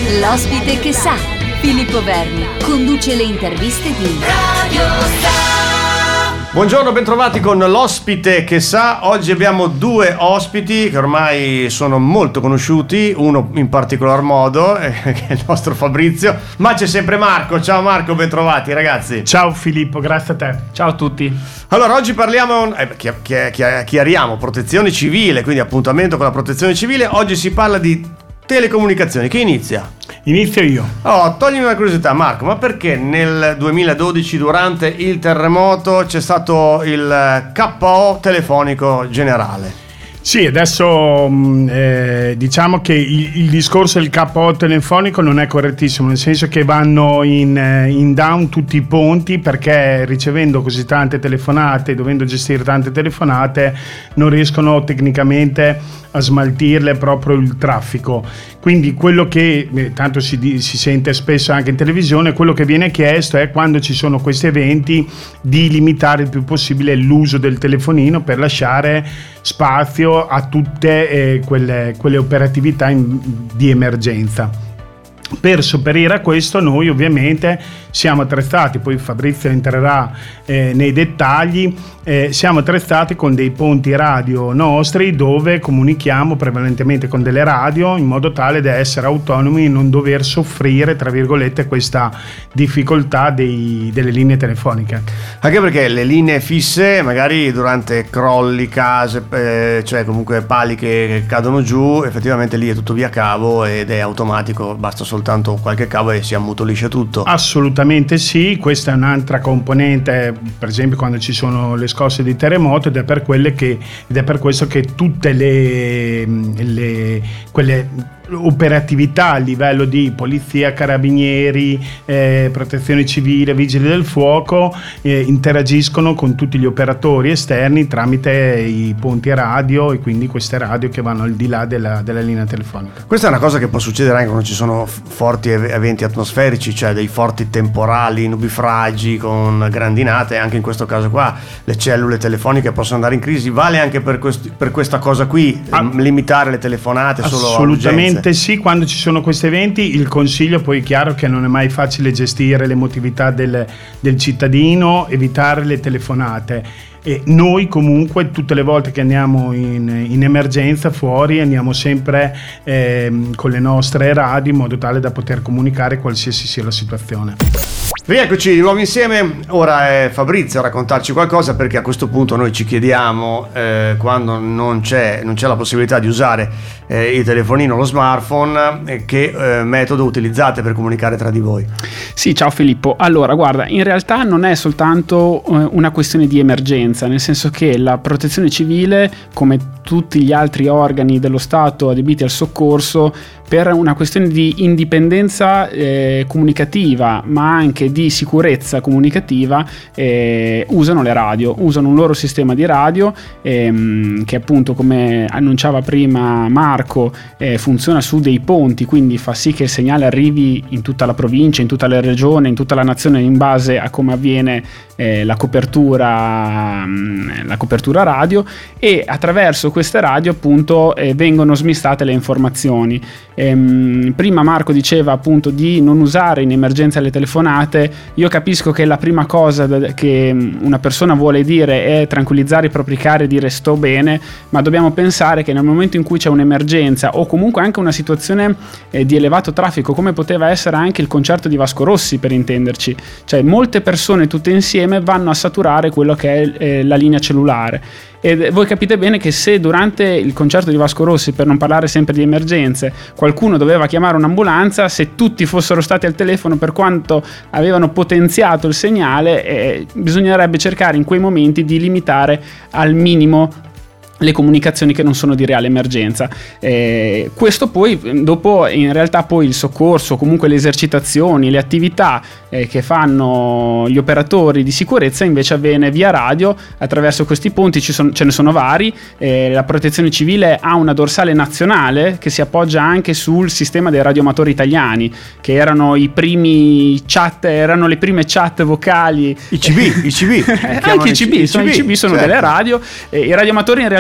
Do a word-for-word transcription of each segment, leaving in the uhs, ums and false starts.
L'ospite che sa. Filippo Verni conduce le interviste di Radio Star. Buongiorno, bentrovati con l'ospite che sa. Oggi abbiamo due ospiti che ormai sono molto conosciuti, uno in particolar modo, eh, che è il nostro Fabrizio, ma c'è sempre Marco. Ciao Marco, bentrovati ragazzi. Ciao Filippo, grazie a te. Ciao a tutti. Allora, oggi parliamo, eh, chi, chi, chi, chiariamo, protezione civile, quindi appuntamento con la protezione civile. Oggi si parla di telecomunicazioni. Chi inizia? Inizio io. Oh, toglimi una curiosità, Marco, ma perché nel duemiladodici durante il terremoto c'è stato il K O telefonico generale? Sì, adesso eh, diciamo che il, il discorso del K O telefonico non è correttissimo, nel senso che vanno in, in down tutti i ponti, perché ricevendo così tante telefonate, dovendo gestire tante telefonate, non riescono tecnicamente a smaltirle proprio il traffico. Quindi quello che eh, tanto si, si sente spesso anche in televisione, quello che viene chiesto è, quando ci sono questi eventi, di limitare il più possibile l'uso del telefonino per lasciare spazio a tutte eh, quelle, quelle operatività in, di emergenza. Per sopperire a questo noi ovviamente siamo attrezzati, poi Fabrizio entrerà eh, nei dettagli, eh, siamo attrezzati con dei ponti radio nostri dove comunichiamo prevalentemente con delle radio, in modo tale da essere autonomi e non dover soffrire, tra virgolette, questa difficoltà dei, delle linee telefoniche. Anche perché le linee fisse, magari durante crolli, case, eh, cioè comunque pali che cadono giù, effettivamente lì è tutto via cavo ed è automatico, basta soltanto qualche cavo e si ammutolisce tutto. Assolutamente sì, questa è un'altra componente, per esempio quando ci sono le scosse di terremoto, ed è per quelle che ed è per questo che tutte le, le quelle operatività a livello di polizia, carabinieri, eh, protezione civile, vigili del fuoco eh, interagiscono con tutti gli operatori esterni tramite i ponti radio, e quindi queste radio che vanno al di là della, della linea telefonica. Questa è una cosa che può succedere anche quando ci sono forti eventi atmosferici, cioè dei forti temporali, nubifragi con grandinate. Anche in questo caso qua le cellule telefoniche possono andare in crisi. Vale anche per, quest- per questa cosa qui, ah, limitare le telefonate solo a assolutamente sì, quando ci sono questi eventi il consiglio, poi è chiaro che non è mai facile gestire l'emotività del, del cittadino, evitare le telefonate. E noi comunque tutte le volte che andiamo in, in emergenza fuori andiamo sempre eh, con le nostre radio, in modo tale da poter comunicare qualsiasi sia la situazione. Rieccoci di nuovo insieme. Ora è Fabrizio a raccontarci qualcosa, perché a questo punto noi ci chiediamo, eh, quando non c'è, non c'è la possibilità di usare eh, il telefonino, lo smartphone, eh, che eh, metodo utilizzate per comunicare tra di voi? Sì, ciao Filippo. Allora, guarda, in realtà non è soltanto eh, una questione di emergenza, nel senso che la protezione civile, come tutti gli altri organi dello Stato adibiti al soccorso, per una questione di indipendenza eh, comunicativa, ma anche di sicurezza comunicativa, eh, usano le radio, usano un loro sistema di radio ehm, che appunto, come annunciava prima Marco, eh, funziona su dei ponti, quindi fa sì che il segnale arrivi in tutta la provincia, in tutta la regione, in tutta la nazione, in base a come avviene eh, la copertura mh, la copertura radio, e attraverso queste radio appunto eh, vengono smistate le informazioni. Ehm, prima Marco diceva appunto di non usare in emergenza le telefonate. Io capisco che la prima cosa che una persona vuole dire è tranquillizzare i propri cari e dire sto bene, ma dobbiamo pensare che nel momento in cui c'è un'emergenza, o comunque anche una situazione eh, di elevato traffico, come poteva essere anche il concerto di Vasco Rossi, per intenderci, cioè molte persone tutte insieme vanno a saturare quello che è eh, la linea cellulare. E voi capite bene che se durante il concerto di Vasco Rossi, per non parlare sempre di emergenze, qualcuno doveva chiamare un'ambulanza, se tutti fossero stati al telefono, per quanto avevano potenziato il segnale, eh, bisognerebbe cercare in quei momenti di limitare al minimo le comunicazioni che non sono di reale emergenza. Eh, questo poi dopo in realtà poi il soccorso, comunque le esercitazioni, le attività eh, che fanno gli operatori di sicurezza invece avviene via radio attraverso questi ponti. Ci sono, ce ne sono vari. Eh, la protezione civile ha una dorsale nazionale che si appoggia anche sul sistema dei radioamatori italiani, che erano i primi chat, erano le prime chat vocali, i C B, i C B anche i C B, sono, i C B sono certo. delle radio. Eh, i radioamatori in realtà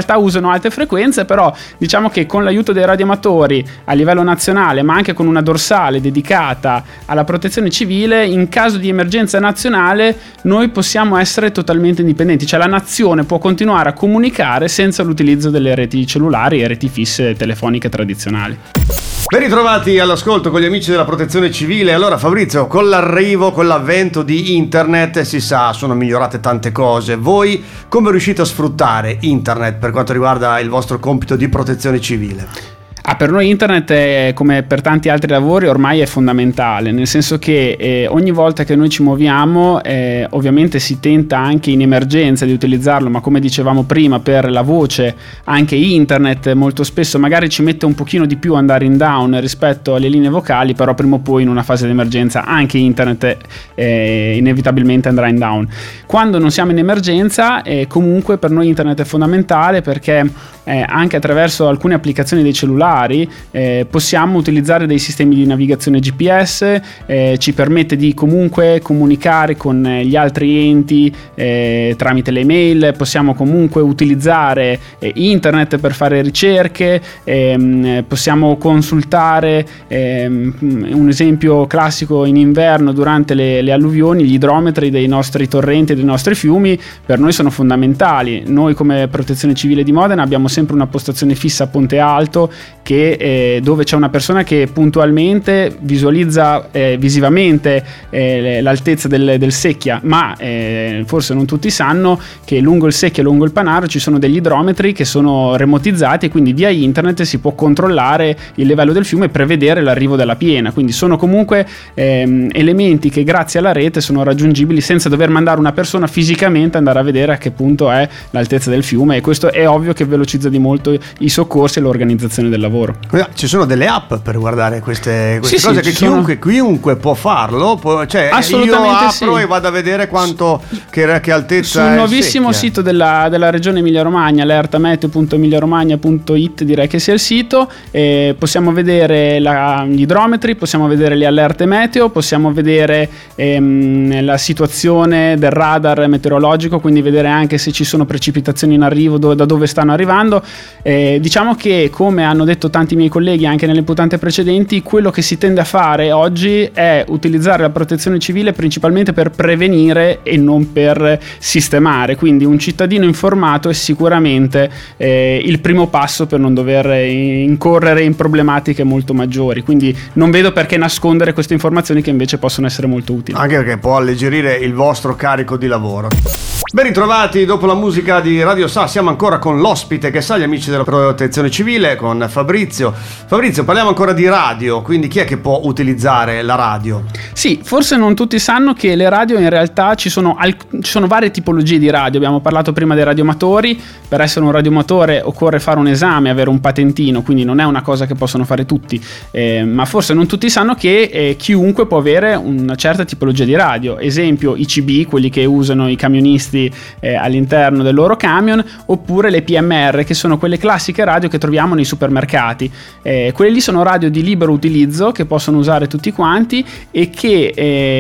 realtà usano alte frequenze, però diciamo che con l'aiuto dei radioamatori a livello nazionale, ma anche con una dorsale dedicata alla protezione civile, in caso di emergenza nazionale noi possiamo essere totalmente indipendenti, cioè la nazione può continuare a comunicare senza l'utilizzo delle reti cellulari e reti fisse telefoniche tradizionali. Ben ritrovati all'ascolto con gli amici della protezione civile. Allora Fabrizio, con l'arrivo, con l'avvento di internet, si sa, sono migliorate tante cose. Voi come riuscite a sfruttare internet per quanto riguarda il vostro compito di protezione civile? Ah, per noi internet è, come per tanti altri lavori, ormai è fondamentale, nel senso che eh, ogni volta che noi ci muoviamo eh, ovviamente si tenta anche in emergenza di utilizzarlo, ma come dicevamo prima per la voce anche internet molto spesso magari ci mette un pochino di più andare in down rispetto alle linee vocali, però prima o poi in una fase di emergenza anche internet eh, inevitabilmente andrà in down. Quando non siamo in emergenza eh, comunque per noi internet è fondamentale, perché eh, anche attraverso alcune applicazioni dei cellulari Eh, possiamo utilizzare dei sistemi di navigazione G P S, eh, ci permette di comunque comunicare con gli altri enti eh, tramite le mail, possiamo comunque utilizzare eh, internet per fare ricerche, ehm, possiamo consultare ehm, un esempio classico in inverno durante le, le alluvioni, gli idrometri dei nostri torrenti e dei nostri fiumi per noi sono fondamentali. Noi come Protezione Civile di Modena abbiamo sempre una postazione fissa a Ponte Alto che, eh, dove c'è una persona che puntualmente visualizza eh, visivamente eh, l'altezza del, del Secchia, ma eh, forse non tutti sanno che lungo il Secchia e lungo il Panaro ci sono degli idrometri che sono remotizzati e quindi via internet si può controllare il livello del fiume e prevedere l'arrivo della piena, quindi sono comunque ehm, elementi che grazie alla rete sono raggiungibili senza dover mandare una persona fisicamente andare a vedere a che punto è l'altezza del fiume, e questo è ovvio che velocizza di molto i soccorsi e l'organizzazione del lavoro. Ci sono delle app per guardare queste, queste sì, cose sì, che chiunque, sono... chiunque può farlo, può, cioè assolutamente io apro sì. e vado a vedere quanto che, che altezza sul è nuovissimo Secchia. Sito della, della regione Emilia Romagna, alertameteo punto emilia romagna punto it, direi che sia il sito, eh, possiamo vedere la, gli idrometri, possiamo vedere le allerte meteo, possiamo vedere ehm, la situazione del radar meteorologico, quindi vedere anche se ci sono precipitazioni in arrivo, do, da dove stanno arrivando. Eh, diciamo che, come hanno detto tanti miei colleghi anche nelle puntate precedenti, quello che si tende a fare oggi è utilizzare la protezione civile principalmente per prevenire e non per sistemare, quindi un cittadino informato è sicuramente eh, il primo passo per non dover incorrere in problematiche molto maggiori, quindi non vedo perché nascondere queste informazioni che invece possono essere molto utili. Anche perché può alleggerire il vostro carico di lavoro. Ben ritrovati dopo la musica di Radio Sa, siamo ancora con l'ospite che sa, gli amici della protezione civile, con Fabrizio. Fabrizio, parliamo ancora di radio, quindi chi è che può utilizzare la radio? Sì, forse non tutti sanno che le radio in realtà ci sono, alc- ci sono varie tipologie di radio. Abbiamo parlato prima dei radioamatori, per essere un radioamatore occorre fare un esame, avere un patentino, quindi non è una cosa che possono fare tutti, eh, ma forse non tutti sanno che eh, chiunque può avere una certa tipologia di radio, esempio i C B, quelli che usano i camionisti Eh, all'interno del loro camion, oppure le P M R, che sono quelle classiche radio che troviamo nei supermercati. Eh, quelle lì sono radio di libero utilizzo che possono usare tutti quanti e che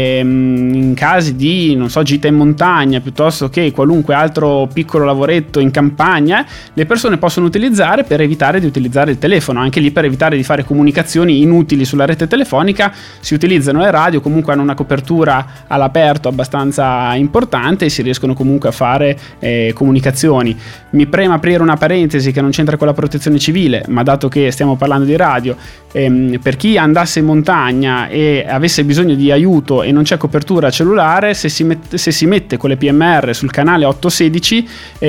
ehm, in casi di, non so, gita in montagna piuttosto che qualunque altro piccolo lavoretto in campagna, le persone possono utilizzare per evitare di utilizzare il telefono. Anche lì, per evitare di fare comunicazioni inutili sulla rete telefonica, si utilizzano le radio, comunque hanno una copertura all'aperto abbastanza importante e si riescono comunque a fare eh, comunicazioni. Mi preme aprire una parentesi che non c'entra con la protezione civile, ma dato che stiamo parlando di radio, ehm, per chi andasse in montagna e avesse bisogno di aiuto e non c'è copertura cellulare, se si mette, se si mette con le P M R sul canale ottosedici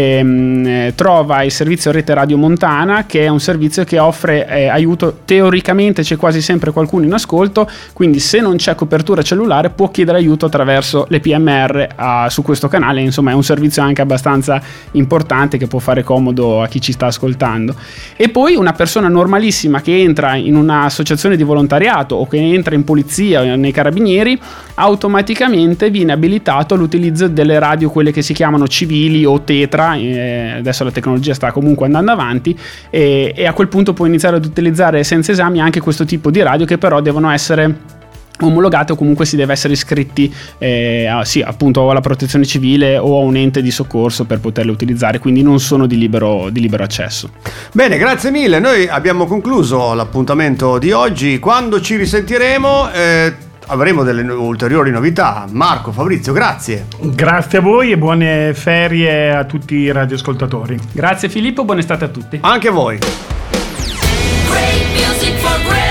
ehm, trova il servizio Rete Radio Montana, che è un servizio che offre eh, aiuto. Teoricamente c'è quasi sempre qualcuno in ascolto, quindi se non c'è copertura cellulare può chiedere aiuto attraverso le P M R a, su questo canale. Insomma, è un servizio anche abbastanza importante che può fare comodo a chi ci sta ascoltando. E poi una persona normalissima che entra in un'associazione di volontariato o che entra in polizia o nei carabinieri, automaticamente viene abilitato all'utilizzo delle radio, quelle che si chiamano civili o tetra, eh, adesso la tecnologia sta comunque andando avanti, e, e a quel punto può iniziare ad utilizzare senza esami anche questo tipo di radio, che però devono essere omologate, o comunque si deve essere iscritti eh, a, sì, appunto alla protezione civile o a un ente di soccorso per poterle utilizzare, quindi non sono di libero, di libero accesso. Bene, grazie mille, noi abbiamo concluso l'appuntamento di oggi. Quando ci risentiremo eh, avremo delle ulteriori novità. Marco, Fabrizio, grazie. Grazie a voi e buone ferie a tutti i radioascoltatori. Grazie Filippo, buona estate a tutti. Anche a voi. Great music for great